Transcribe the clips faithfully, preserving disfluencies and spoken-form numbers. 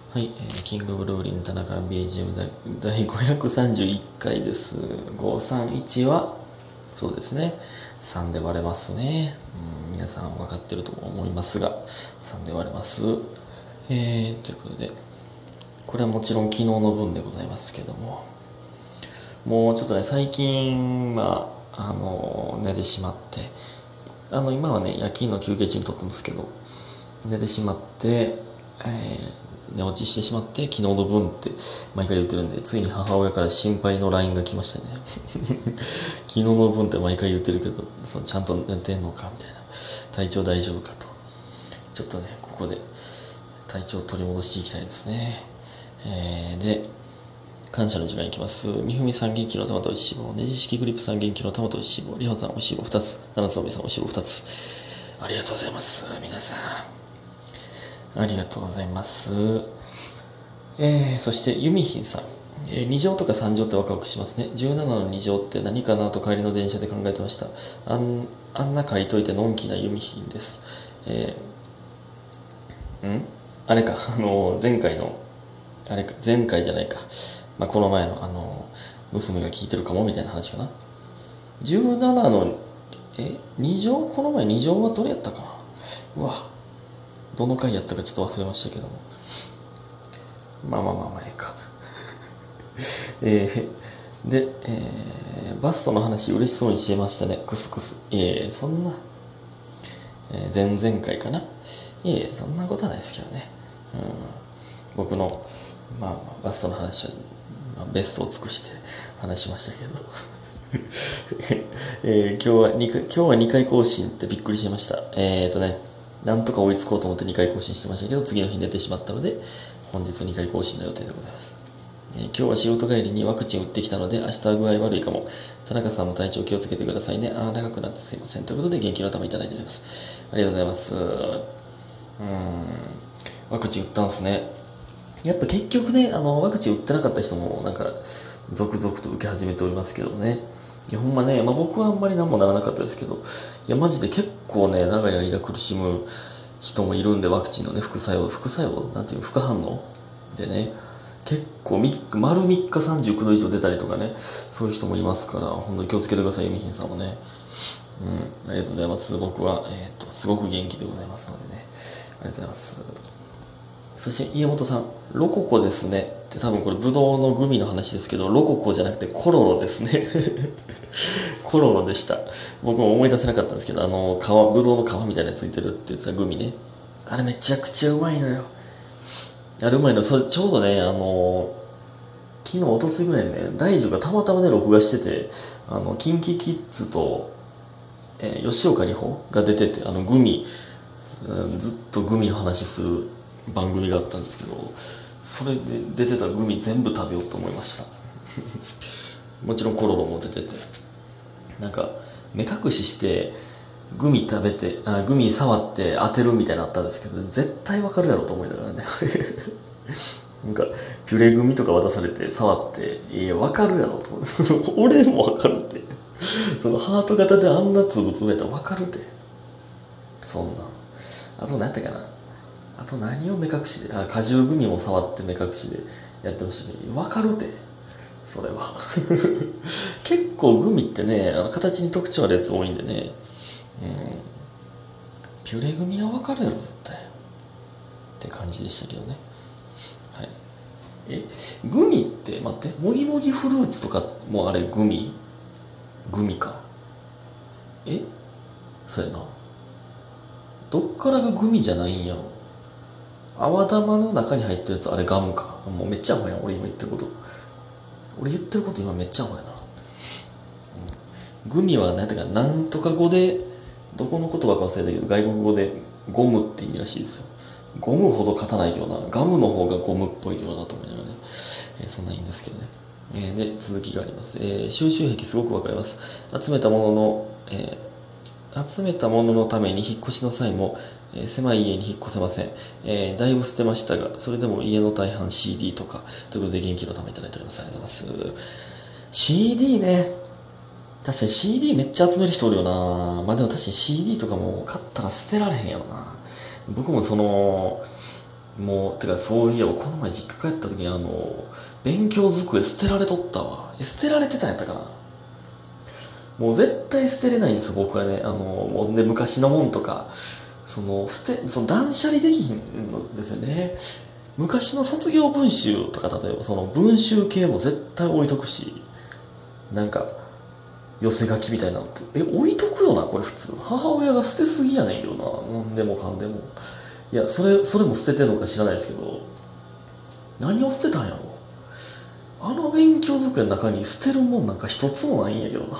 はい、えーキングブルーリン田中 ビージーエム 第第ごひゃくさんじゅういっかいです。ごひゃくさんじゅういちは、そうですね、さんで割れますね。うん、皆さん分かってると思いますが、さんで割れます。えー、ということで、これはもちろん昨日の分でございますけども、もうちょっとね、最近、まあ、あの、寝てしまって、あの、今はね、夜勤の休憩中に撮ってますけど、寝てしまって、えー、寝落ちしてしまって、昨日の分って毎回言ってるんで、ついに母親から心配の ライン が来ましたね。昨日の分って毎回言ってるけど、そのちゃんと寝てんのかみたいな。体調大丈夫かと。ちょっとね、ここで体調を取り戻していきたいですね。えー、で、感謝の時間いきます。みふみさん元気の玉と一脂肪、ねじ式グリップさん元気の玉と一脂肪、りほさんおいしい棒ふたつ、七つおみさんおいしい棒ふたつ。ありがとうございます。皆さん。ありがとうございます。えー、そして、ゆみひんさん。えー、に乗とかさん乗ってワクワクしますね。じゅうななのに乗って何かなと帰りの電車で考えてました。あん、あんな書いといてのんきなゆみひんです。えー、んあれか、あのー、前回の、あれか、前回じゃないか。まあ、この前の、あのー、娘が聞いてるかもみたいな話かな。じゅうななの、え、に乗この前に乗はどれやったかな。うわ、どの回やったかちょっと忘れましたけども。まあまあまあまあ、ええか。えー、で、えー、バストの話嬉しそうにしてましたね。クスクス。ええ、そんな、えー、前々回かな。いえ、そんなことはないですけどね。うん、僕の、まあ、バストの話は、まあ、ベストを尽くして話しましたけど。えー、今日はにかい、今日はにかい更新ってびっくりしました。えーとね、なんとか追いつこうと思ってにかい更新してましたけど、次の日寝てしまったので、本日にかい更新の予定でございます。えー、今日は仕事帰りにワクチン打ってきたので、明日は具合悪いかも。田中さんも体調気をつけてくださいね。あー、長くなってすいません。ということで、元気の玉いただいております。ありがとうございます。うーん、ワクチン打ったんすね。やっぱ結局ね、あの、ワクチン打ってなかった人も、なんか、続々と受け始めておりますけどね。いや、ほんまね、まあ僕はあんまり何もならなかったですけど、いや、マジで結構ね、長い間苦しむ人もいるんで、ワクチンのね、副作用、副作用なんていう、副反応でね、結構み丸みっかさんじゅうきゅうど以上出たりとかね、そういう人もいますから、本当に気をつけてください、ゆみひんさんもね。うん、ありがとうございます。僕は、えっ、ー、と、すごく元気でございますのでね。ありがとうございます。そして家元さん、ロココですね。って多分これブドウのグミの話ですけど、ロココじゃなくてコロロですね。コロロでした。僕も思い出せなかったんですけど、あの、皮、ブドウの皮みたいなやついてるって言ってたグミね。あれめちゃくちゃうまいのよ。あれうまいの、それちょうどね、あの、昨日、おとついぐらいにね、大樹がたまたまね、録画してて、あの、キンキキッズと、えー、吉岡里帆が出てて、あの、グミ、うん、ずっとグミの話する番組があったんですけど、それで出てたグミ全部食べようと思いました。もちろんコロロも出てて、なんか目隠ししてグミ食べて、あ、グミ触って当てるみたいなのあったんですけど、絶対わかるやろと思いながらね。なんかピュレグミとか渡されて触って、いやわかるやろと思って。俺もわかるって。そのハート型であんなつぶつぶやったらわかるって。そんな。あと何やったかな。あと何を目隠しで、あ、果汁グミも触って目隠しでやってほしい。わかるて。それは。結構グミってね、あの形に特徴あるやつ多いんでね。うん。ピュレグミはわかるやろ、絶対。って感じでしたけどね。はい。え、グミって、待って、もぎもぎフルーツとかもあれグミグミか。えそうやな。どっからがグミじゃないんやろ。泡玉の中に入ってるやつ、あれガムか。もうめっちゃアホやん、俺今言ってること。俺言ってること今めっちゃアホやな。うん、グミは何ていうか、なんとか語で、どこの言葉か忘れたけど、外国語でゴムって意味らしいですよ。ゴムほど勝たないけどな。ガムの方がゴムっぽいけどなと思いながらね。えー、そんないいんですけどね。えー、で、続きがあります。えー、収集癖すごくわかります。集めたものの、えー、集めたもののために引っ越しの際も、えー、狭い家に引っ越せません、えー。だいぶ捨てましたが、それでも家の大半 シーディー とか、ということで元気のためいただいております。ありがとうございます。シーディー ね。確かに シーディー めっちゃ集める人おるよな。まあでも確かに シーディー とかも買ったら捨てられへんやろな。僕もその、 もうてかそういえばこの前実家帰った時にあの勉強机捨てられとったわ。え捨てられてたんやったかな。もう絶対捨てれないんですよ僕はね。あのもうで昔のもんとかその捨てその断捨離できひんのですよね。昔の卒業文集とか例えばその文集系も絶対置いとくし、なんか寄せ書きみたいなのってえ置いとくよなこれ普通。母親が捨てすぎやねんけどな。なんでもかんでも。いやそれそれも捨ててんのか知らないですけど、何を捨てたんやろ。あの勉強机の中に捨てるもんなんか一つもないんやけどな。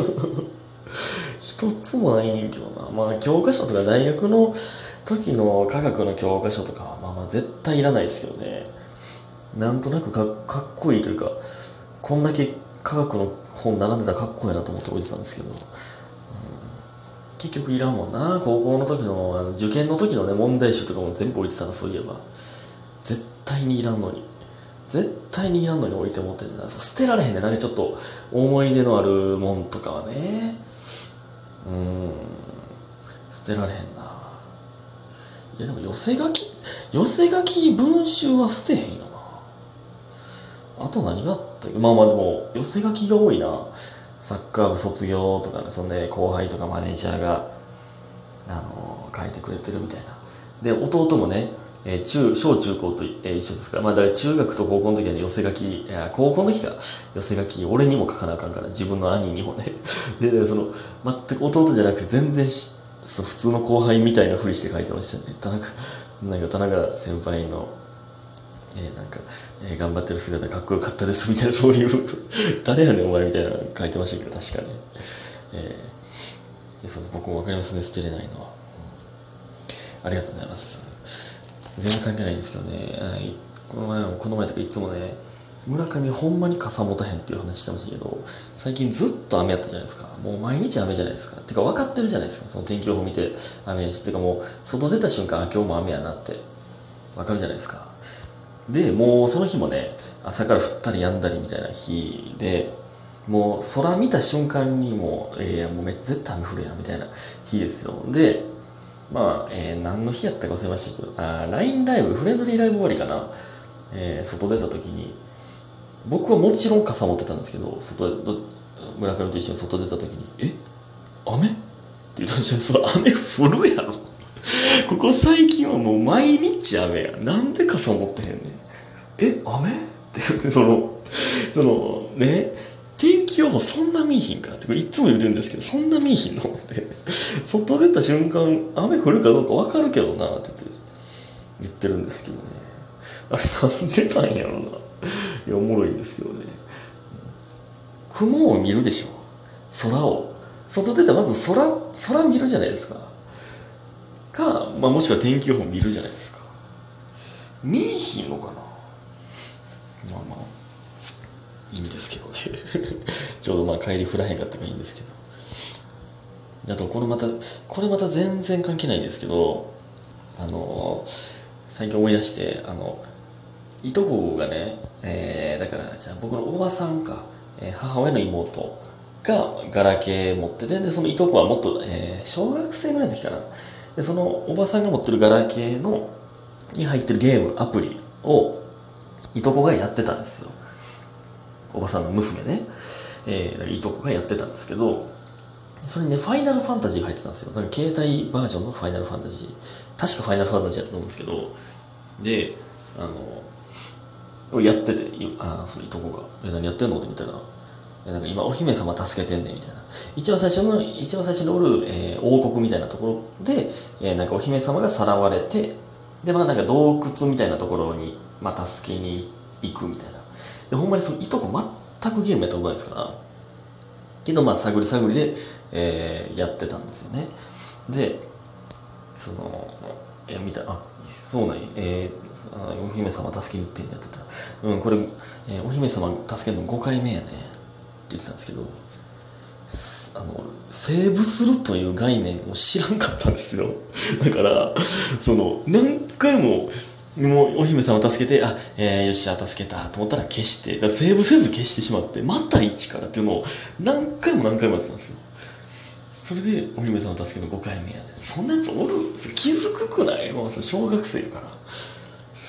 一つもないんやけどな。まあ教科書とか大学の時の科学の教科書とかはまあまあ絶対いらないですけどね。なんとなくかかっこいいというか、こんだけ科学の本並んでたらかっこいいなと思って置いてたんですけど、うん、結局いらんもんな。高校の時のあの受験の時のね問題集とかも全部置いてたら、そういえば絶対にいらんのに絶対にいらんのに置いて持ってるな。捨てられへんね。なんかちょっと思い出のあるもんとかはね、うーん捨てられへんな。いやでも寄せ書き寄せ書き文集は捨てへんよな。あと何があったっけ。まあまあでも寄せ書きが多いな。サッカー部卒業とかね、そんで後輩とかマネージャーがあの書いてくれてるみたいな。で弟もね、えー、中小中高と、えー、一緒ですから、まあだから中学と高校の時は、ね、寄せ書き、いや高校の時か寄せ書き俺にも書かなあかんから、自分の兄にもね。で、ね、その全く弟じゃなくて全然しそう普通の後輩みたいなふりして書いてましたね。田中なんか田中先輩の、えー、なんか、えー、頑張ってる姿かっこよかったですみたいな、そういう誰やねんお前みたいなの書いてましたけど、確かに、えー、そう僕も分かりますね、捨てれないのは、うん、ありがとうございます。全然関係ないんですけどね、この前この前とかいつもね、村上ほんまに傘持たへんっていう話してましたけど、最近ずっと雨やったじゃないですか。もう毎日雨じゃないですか。てか分かってるじゃないですか。その天気予報見て雨やし、てかもう外出た瞬間、あ今日も雨やなって分かるじゃないですか。でもうその日もね、朝から降ったりやんだりみたいな日で、もう空見た瞬間にもう、えー、もうめっ絶対雨降るやんみたいな日ですよ。でまあ、えー、何の日やったか忘れましたけど、あ ライン ライブフレンドリーライブ終わりかな、えー、外出た時に僕はもちろん傘持ってたんですけど、外で村上と一緒に外出た時に「え雨?」って言ったんですよ。それ雨降るやろ。ここ最近はもう毎日雨や。なんで傘持ってへんねん。え雨って言って、そのそのね、天気予報そんな見いひんかって、これいつも言ってるんですけど、そんな見いひんのって外出た瞬間雨降るかどうか分かるけどなって言ってるんですけどね。あれなんでなんやろな。いやおもろいんですけどね。雲を見るでしょ、空を。外出たらまず空空見るじゃないですか。か、まあ、もしくは天気予報見るじゃないですか。見えひんのかな。まあまあいいんですけどね。ちょうどまあ帰り降らへんかったからいいんですけど。あとこれまたこれまた全然関係ないんですけど、あの最近思い出して、あのいとこがね、えー、だからじゃあ僕のおばさんか、えー、母親の妹がガラケー持ってて、でそのいとこはもっと、えー、小学生ぐらいの時かな。でそのおばさんが持ってるガラケーのに入ってるゲームアプリをいとこがやってたんですよ。おばさんの娘ね、えー、いとこがやってたんですけど、それにねファイナルファンタジーが入ってたんですよ。なんか携帯バージョンのファイナルファンタジー、確かファイナルファンタジーやったと思うんですけど、であのやってて、あそのいとこが「え何やってんの?」って見たら、なんか今お姫様助けてんねんみたいな。一番最初の一番最初におる、えー、王国みたいなところで、えー、なんかお姫様がさらわれて、でまあなんか洞窟みたいなところに、まあ、助けに行くみたいな。でほんまにそのいとこ全くゲームやったことないですから、けどまあ探り探りで、えー、やってたんですよね。でそのいや見たあそうなんや、えーお姫様助けに行ってんやってたら、うんこれ、えー、お姫様助けるのごかいめやねって言ってたんですけど、あのセーブするという概念を知らんかったんですよ。だからその何回ももうお姫様助けて、あ、えー、よっしゃ助けたと思ったら消して、だからセーブせず消してしまって、また一からっていうのを何回も何回もやってたんですよ。それでお姫様助けのごかいめやね。そんなやつおる？それ気づくくない？もう小学生やから。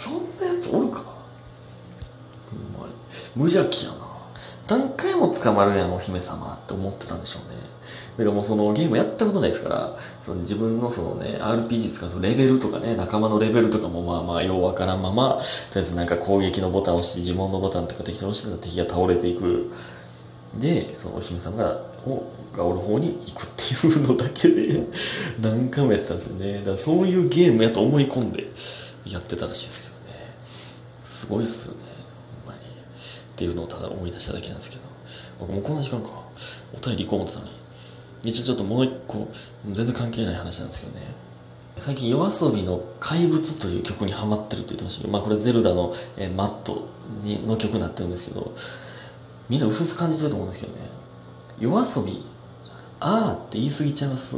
そんなやつおるか。ほんまに無邪気やな。何回も捕まるやんお姫様って思ってたんでしょうね。だからもうそのゲームやったことないですから、その自分のそのね アールピージー 使うそのレベルとかね、仲間のレベルとかもまあまあようわからんまま、とりあえずなんか攻撃のボタンを押して呪文のボタンとか適当に押してたら敵が倒れていく。でそのお姫様ががおる方に行くっていうのだけで何回もやってたんですよね。だからそういうゲームやと思い込んでやってたらしいですよね。すごいっすよね、ほんまに。っていうのをただ思い出しただけなんですけど、僕もうこんな時間か。お便り行こう思ってたのに。一応ちょっともう一個全然関係ない話なんですけどね、最近夜遊びの怪物という曲にハマってるって言ってましたけど、まあこれゼルダの、えーマットにの曲になってるんですけど、みんな薄々感じてると思うんですけどね、夜遊びあーって言い過ぎちゃいます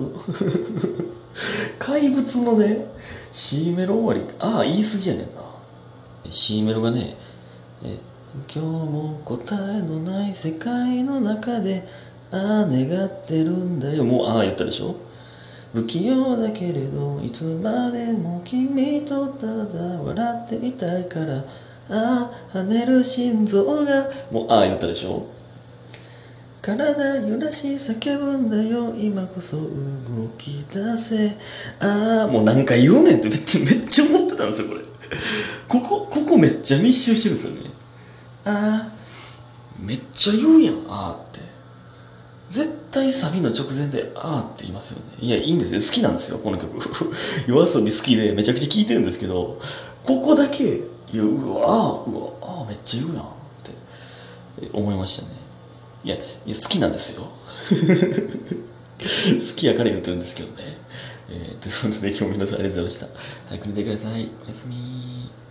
怪物のね C メロ終わりあー言い過ぎやねんな。 C メロがね、え今日も答えのない世界の中でああ願ってるんだよ、もうああ言ったでしょ。不器用だけれどいつまでも君とただ笑っていたいから、ああ跳ねる心臓が、もうああ言ったでしょ。体揺らし叫ぶんだよ今こそ動き出せ、ああもう何回言うねんってめっちゃめっちゃ思ってたんですよこれ。ここここめっちゃ密集してるんですよね。ああめっちゃ言うやんああって。絶対サビの直前であーって言いますよね。いやいいんですよ、好きなんですよこの曲夜遊び好きでめちゃくちゃ聴いてるんですけど、ここだけいやうわあーうわあーめっちゃ言うやんって思いましたね。いやいや好きなんですよ好きやから言ってるんですけどね、えー、ということで今日も皆さんありがとうございました。早く寝てください。おやすみ。